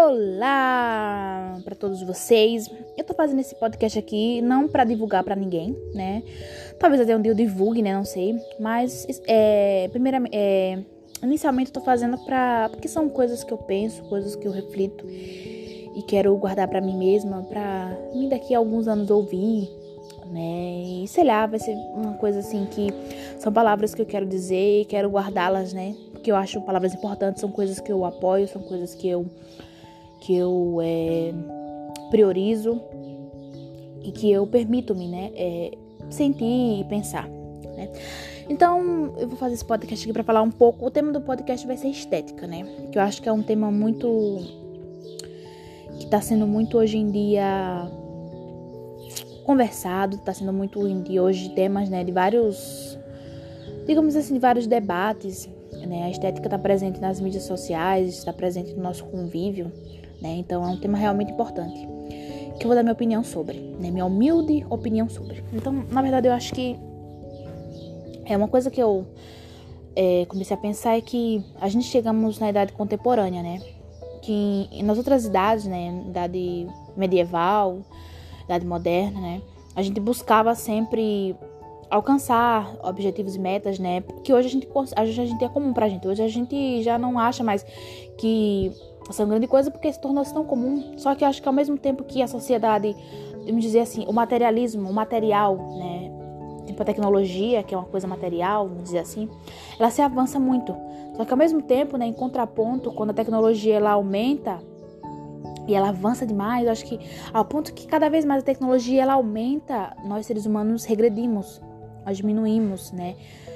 Olá para todos vocês. Eu tô fazendo esse podcast aqui não para divulgar para ninguém, né? Talvez até um dia eu divulgue, né? Não sei. Mas, inicialmente eu tô fazendo porque são coisas que eu penso, coisas que eu reflito e quero guardar para mim mesma, para mim daqui a alguns anos ouvir, né? E sei lá, vai ser uma coisa assim que são palavras que eu quero dizer e quero guardá-las, né? Porque eu acho palavras importantes, são coisas que eu apoio, são coisas que eu priorizo e que eu permito-me, né, sentir e pensar, né? Então, eu vou fazer esse podcast aqui para falar um pouco. O tema do podcast vai ser estética, né? Que eu acho que é um tema que tá sendo muito hoje em dia conversado, tá sendo muito hoje em dia temas, né, de vários, digamos assim, de vários debates, né? A estética está presente nas mídias sociais, está presente no nosso convívio, né? Então é um tema realmente importante que eu vou dar minha opinião sobre, né? Minha humilde opinião sobre. Então, na verdade, eu acho que é uma coisa que eu comecei a pensar é que a gente chegamos na idade contemporânea, né? Que nas outras idades, né? Idade medieval, idade moderna, né? A gente buscava sempre alcançar objetivos e metas, né? Que hoje a gente é comum pra gente. Hoje a gente já não acha mais que são grande coisa porque se tornou-se tão comum. Só que eu acho que ao mesmo tempo que a sociedade, vamos dizer assim, o materialismo, o material, né? Tipo a tecnologia, que é uma coisa material, vamos dizer assim, ela se avança muito. Só que ao mesmo tempo, né, em contraponto, quando a tecnologia ela aumenta e ela avança demais, eu acho que ao ponto que cada vez mais a tecnologia ela aumenta, nós seres humanos regredimos. Nós diminuímos, né?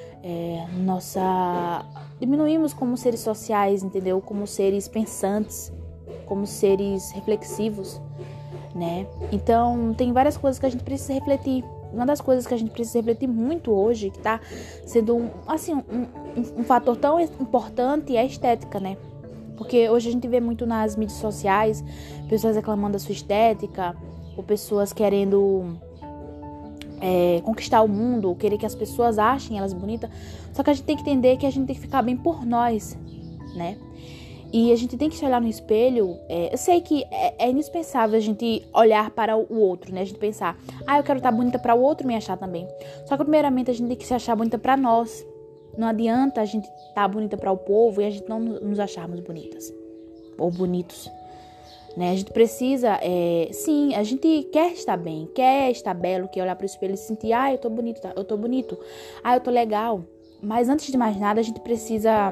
Diminuímos como seres sociais, entendeu? Como seres pensantes, como seres reflexivos, né? Então, tem várias coisas que a gente precisa refletir. Uma das coisas que a gente precisa refletir muito hoje, que tá sendo um fator tão importante, é a estética, né? Porque hoje a gente vê muito nas mídias sociais pessoas reclamando da sua estética, ou pessoas querendo conquistar o mundo, querer que as pessoas achem elas bonitas. Só que a gente tem que entender que a gente tem que ficar bem por nós, né? E a gente tem que se olhar no espelho. Eu sei que é indispensável a gente olhar para o outro, né? A gente pensar, eu quero estar bonita para o outro me achar também. Só que primeiramente a gente tem que se achar bonita para nós. Não adianta a gente estar bonita para o povo e a gente não nos acharmos bonitas ou bonitos, né? A gente precisa, sim, a gente quer estar bem, quer estar belo, quer olhar para o espelho e sentir, eu tô bonito, eu tô bonito, eu tô legal. Mas antes de mais nada, a gente precisa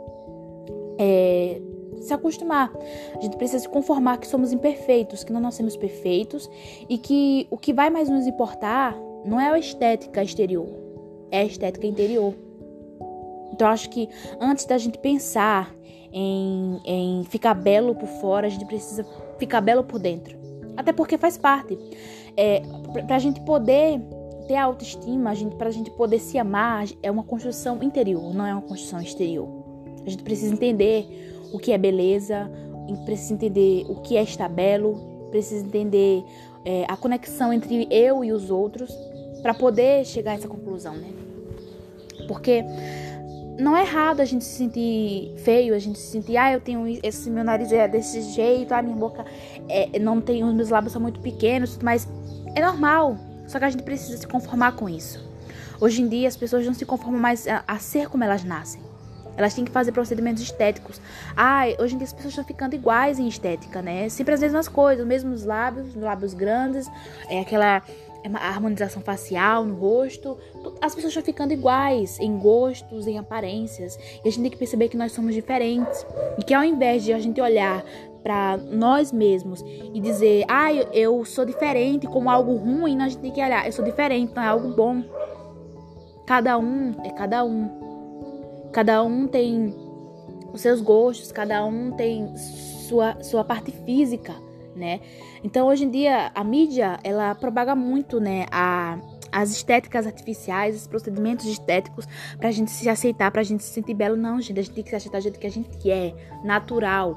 se acostumar. A gente precisa se conformar que somos imperfeitos, que não nascemos perfeitos e que o que vai mais nos importar não é a estética exterior, é a estética interior. Então, eu acho que antes da gente pensar em ficar belo por fora, a gente precisa ficar belo por dentro. Até porque faz parte. Pra gente poder ter autoestima, pra gente poder se amar, é uma construção interior, não é uma construção exterior. A gente precisa entender o que é beleza, precisa entender o que é estar belo, precisa entender a conexão entre eu e os outros para poder chegar a essa conclusão, né? Porque não é errado a gente se sentir feio, a gente se sentir, eu tenho meu nariz é desse jeito, minha boca não tem, os meus lábios são muito pequenos, mas é normal. Só que a gente precisa se conformar com isso. Hoje em dia as pessoas não se conformam mais a ser como elas nascem. Elas têm que fazer procedimentos estéticos. Hoje em dia as pessoas estão ficando iguais em estética, né? Sempre as mesmas coisas, os mesmos lábios grandes, uma harmonização facial no rosto. As pessoas estão ficando iguais em gostos, em aparências. E a gente tem que perceber que nós somos diferentes. E que ao invés de a gente olhar para nós mesmos e dizer, eu sou diferente como algo ruim, a gente tem que olhar, eu sou diferente, então é algo bom. Cada um é cada um. Cada um tem os seus gostos, cada um tem sua parte física, né? Então, hoje em dia, a mídia, ela propaga muito, né, as estéticas artificiais, os procedimentos estéticos pra gente se aceitar, pra gente se sentir belo. Não, gente, a gente tem que se aceitar do jeito que a gente é, natural.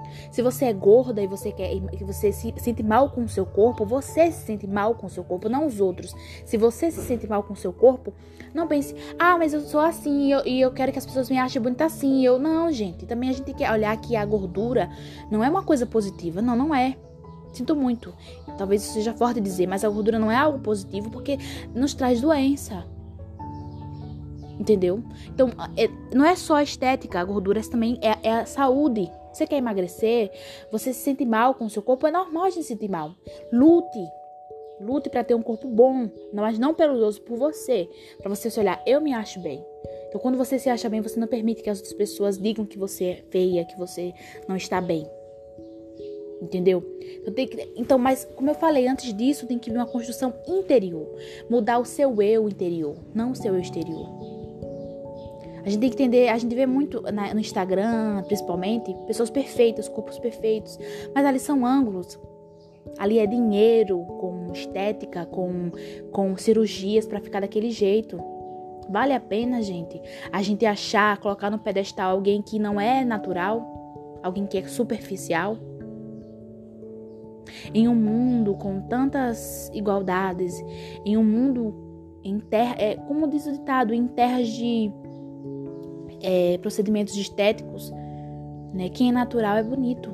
Se você é gorda e você se sente mal com o seu corpo, você se sente mal com o seu corpo, não os outros. Se você se sente mal com o seu corpo, não pense, mas eu sou assim e eu quero que as pessoas me achem bonita assim. Não, gente. Também a gente tem que olhar que a gordura não é uma coisa positiva. Não, não é. Sinto muito. Talvez isso seja forte dizer, mas a gordura não é algo positivo porque nos traz doença. Entendeu? Então, não é só a estética, a gordura também é a saúde. Você quer emagrecer, você se sente mal com o seu corpo, é normal a gente se sentir mal. Lute para ter um corpo bom, mas não pelos outros, por você. Para você se olhar, eu me acho bem. Então, quando você se acha bem, você não permite que as outras pessoas digam que você é feia, que você não está bem. Entendeu? Então, mas como eu falei, antes disso tem que vir uma construção interior. Mudar o seu eu interior, não o seu eu exterior. A gente tem que entender, a gente vê muito no Instagram, principalmente, pessoas perfeitas, corpos perfeitos. Mas ali são ângulos. Ali é dinheiro, com estética, com cirurgias pra ficar daquele jeito. Vale a pena, gente, a gente achar, colocar no pedestal alguém que não é natural, alguém que é superficial. Em um mundo com tantas igualdades, em um mundo em terra, como diz o ditado, em terras de procedimentos estéticos, né? Quem é natural é bonito.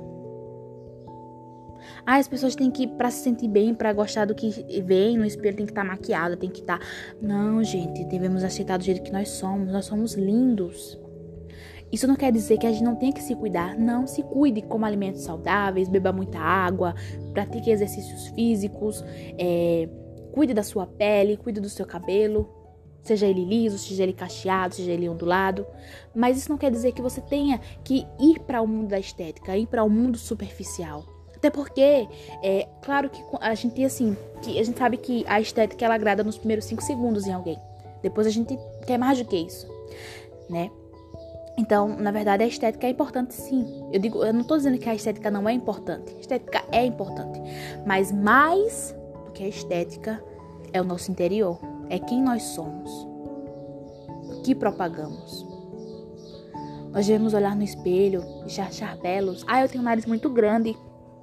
As pessoas têm que, pra se sentir bem, pra gostar do que vem no espelho, tem que estar maquiada, tem que estar... Não, gente, devemos aceitar do jeito que nós somos lindos. Isso não quer dizer que a gente não tenha que se cuidar. Não, se cuide, coma alimentos saudáveis, beba muita água, pratique exercícios físicos, cuide da sua pele, cuide do seu cabelo, seja ele liso, seja ele cacheado, seja ele ondulado. Mas isso não quer dizer que você tenha que ir para o mundo da estética, ir para o mundo superficial. Até porque, claro que a gente, assim, que a gente sabe que a estética ela agrada nos primeiros 5 segundos em alguém. Depois a gente quer mais do que isso, né? Então, na verdade, a estética é importante, sim. Eu não estou dizendo que a estética não é importante. A estética é importante. Mas mais do que a estética é o nosso interior. É quem nós somos. O que propagamos. Nós devemos olhar no espelho e se achar belos. Eu tenho um nariz muito grande.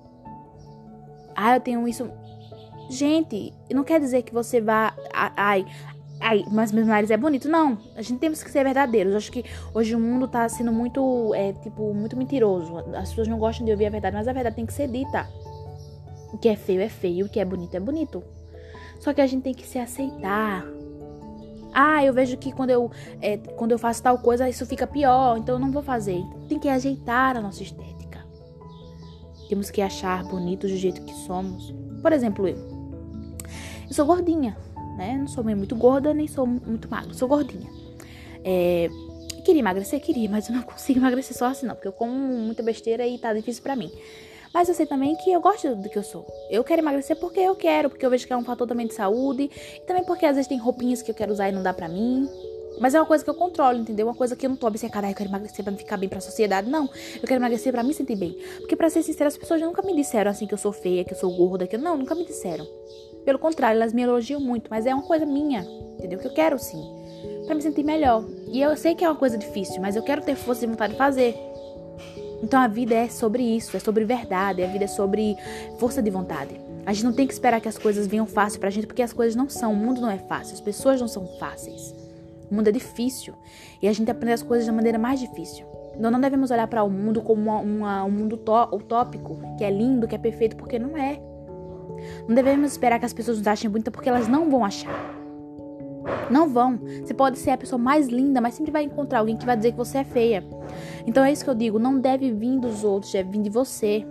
Eu tenho isso... Gente, não quer dizer que você vá... mas meu nariz é bonito. Não, a gente temos que ser verdadeiros. Eu acho que hoje o mundo tá sendo muito, muito mentiroso. As pessoas não gostam de ouvir a verdade, mas a verdade tem que ser dita. O que é feio, o que é bonito é bonito. Só que a gente tem que se aceitar. Eu vejo que quando eu faço tal coisa, isso fica pior, então eu não vou fazer. Tem que ajeitar a nossa estética. Temos que achar bonitos do jeito que somos. Por exemplo, eu sou gordinha. Né? Não sou muito gorda, nem sou muito magra. Sou gordinha. Queria emagrecer? Queria, mas eu não consigo emagrecer só assim, não. Porque eu como muita besteira e tá difícil pra mim. Mas eu sei também que eu gosto do que eu sou. Eu quero emagrecer porque eu quero. Porque eu vejo que é um fator também de saúde. E também porque às vezes tem roupinhas que eu quero usar e não dá pra mim. Mas é uma coisa que eu controlo, entendeu? Uma coisa que eu não tô obcecada. Eu quero emagrecer pra ficar bem pra sociedade. Não, eu quero emagrecer pra me sentir bem. Porque pra ser sincera, as pessoas nunca me disseram assim que eu sou feia, que eu sou gorda. Não, nunca me disseram. Pelo contrário, elas me elogiam muito. Mas é uma coisa minha, entendeu? Que eu quero sim. Pra me sentir melhor. E eu sei que é uma coisa difícil, mas eu quero ter força e vontade de fazer. Então a vida é sobre isso, é sobre verdade. A vida é sobre força de vontade. A gente não tem que esperar que as coisas venham fácil pra gente, porque as coisas não são. O mundo não é fácil, as pessoas não são fáceis. O mundo é difícil. E a gente aprende as coisas da maneira mais difícil. Nós não devemos olhar para o mundo como um mundo utópico, que é lindo, que é perfeito, porque não é. Não devemos esperar que as pessoas nos achem bonita, porque elas não vão achar. Não vão. Você pode ser a pessoa mais linda, mas sempre vai encontrar alguém que vai dizer que você é feia. Então é isso que eu digo, não deve vir dos outros, deve vir de você.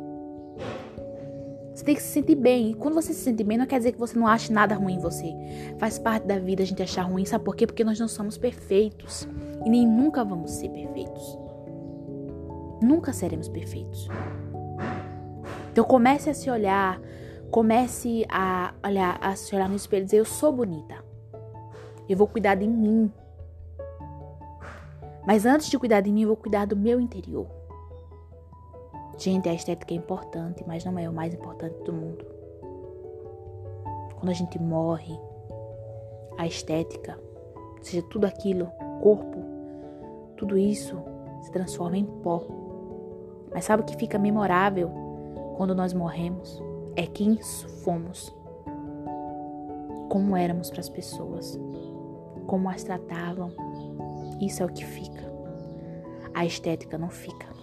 Você tem que se sentir bem. E quando você se sente bem, não quer dizer que você não ache nada ruim em você. Faz parte da vida a gente achar ruim. Sabe por quê? Porque nós não somos perfeitos. E nem nunca vamos ser perfeitos. Nunca seremos perfeitos. Então comece a se olhar. Comece a se olhar no espelho e dizer, eu sou bonita. Eu vou cuidar de mim. Mas antes de cuidar de mim, eu vou cuidar do meu interior. Gente, a estética é importante, mas não é o mais importante do mundo. Quando a gente morre, a estética, seja tudo aquilo, corpo, tudo isso se transforma em pó. Mas sabe o que fica memorável quando nós morremos? É quem fomos. Como éramos para as pessoas. Como as tratavam. Isso é o que fica. A estética não fica.